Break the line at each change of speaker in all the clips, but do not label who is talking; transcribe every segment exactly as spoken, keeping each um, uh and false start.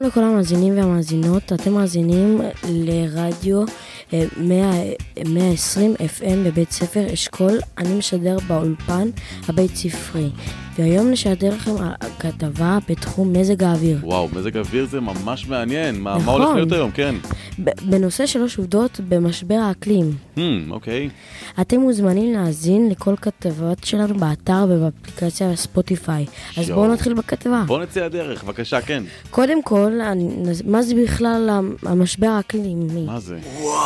לכל המאזינים והמאזינות, אתם מאזינים לרדיו מאה ועשרים אף אם בבית ספר אשכול. אני משדר באולפן הבית ספרי, והיום נשדר לכם על כתבה בתחום מזג האוויר.
וואו, מזג האוויר זה ממש מעניין. מה,
נכון.
מה הולך להיות היום? כן.
בנושא שלוש עובדות במשבר האקלים.
Hmm, אוקיי.
אתם מוזמנים להאזין לכל כתבות שלנו באתר ובאפליקציה ספוטיפיי. אז
שואו.
בואו נתחיל בכתבה.
בואו נצא הדרך, בבקשה, כן.
קודם כל, אני, מה זה בכלל המשבר האקלימי?
מה זה?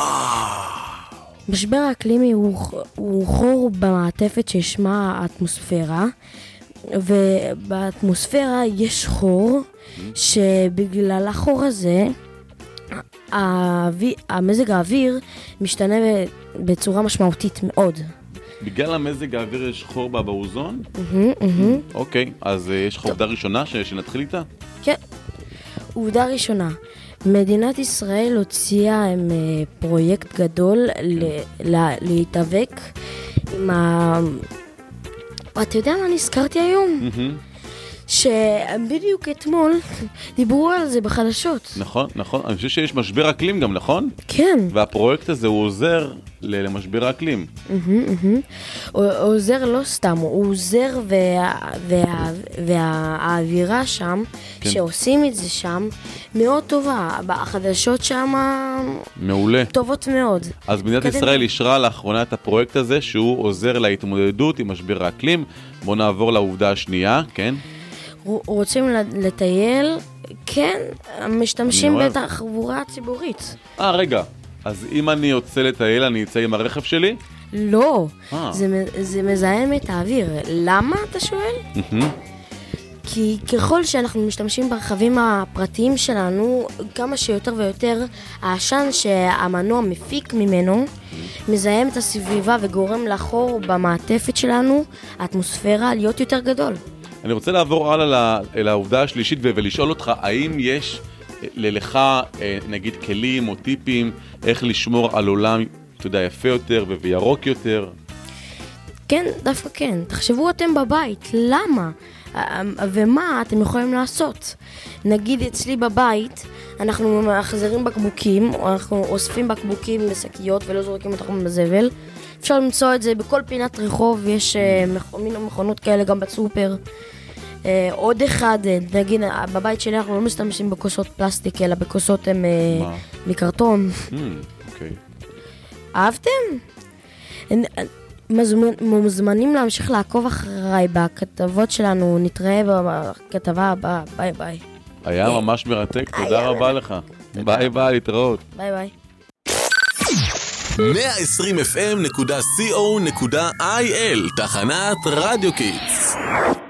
משבר האקלימי הוא, הוא חור במעטפת ששמה האטמוספירה, ובאטמוספירה יש חור שבגלל החור הזה האווי, המזג האוויר משתנה בצורה משמעותית מאוד.
בגלל המזג האוויר יש חור באוזון?
Mm-hmm, mm-hmm.
אוקיי, אז יש לך עובדה ראשונה ש- שנתחיל איתה?
כן. עובדה ראשונה. מדינת ישראל הוציאה עם פרויקט גדול ל- ל- להתאבק עם ה... אתה יודע מה נזכרתי היום? שבדיוק אתמול דיברו על זה בחדשות.
נכון, נכון. אני חושב שיש משבר אקלים גם, נכון?
כן.
והפרויקט הזה הוא עוזר למשבר האקלים.
הוא עוזר לא סתם, הוא עוזר והאווירה שם, שעושים את זה שם, מאוד טובה. החדשות שם
מעולה.
טובות מאוד.
אז מדינת ישראל אישרה לאחרונה את הפרויקט הזה שהוא עוזר להתמודדות עם משבר האקלים. בואו נעבור לעובדה השנייה, כן?
רוצים לטייל, כן, משתמשים בתחבורה ציבורית.
אה, רגע. אז אם אני יוצא לטייל, אני אצא עם הרכב שלי?
לא, זה, זה מזהם את האוויר. למה, אתה שואל? כי ככל שאנחנו משתמשים ברכבים הפרטיים שלנו, כמה שיותר ויותר העשן שהמנוע מפיק ממנו, מזהם את הסביבה וגורם לחור במעטפת שלנו, האטמוספירה, להיות יותר גדול.
אני רוצה לעבור הלאה לעובדה השלישית ולשאול אותך, האם יש לך, נגיד, כלים או טיפים, איך לשמור על עולם, אתה יודע, יפה יותר וירוק יותר?
כן, דווקא כן. תחשבו אתם בבית, למה? ומה אתם יכולים לעשות? נגיד אצלי בבית, אנחנו מחזירים בקבוקים, או אנחנו אוספים בקבוקים בשקיות ולא זורקים אותם בזבל. אפשר למצוא את זה בכל פינת רחוב, יש מיני מכונות כאלה גם בסופר. עוד אחד, נגיד, בבית שלי אנחנו לא משתמשים בכוסות פלסטיק, אלא בכוסות הם מקרטון.
אוקיי.
אהבתם? מוזמנים להמשיך לעקוב אחריי בכתבות שלנו, נתראה בכתבה הבאה, ביי ביי.
היה ממש מרתק, תודה רבה לך. ביי ביי, להתראות.
ביי ביי.
מאה ועשרים אף אם נקודה סי או נקודה איי אל, תחנת רדיו קיטס.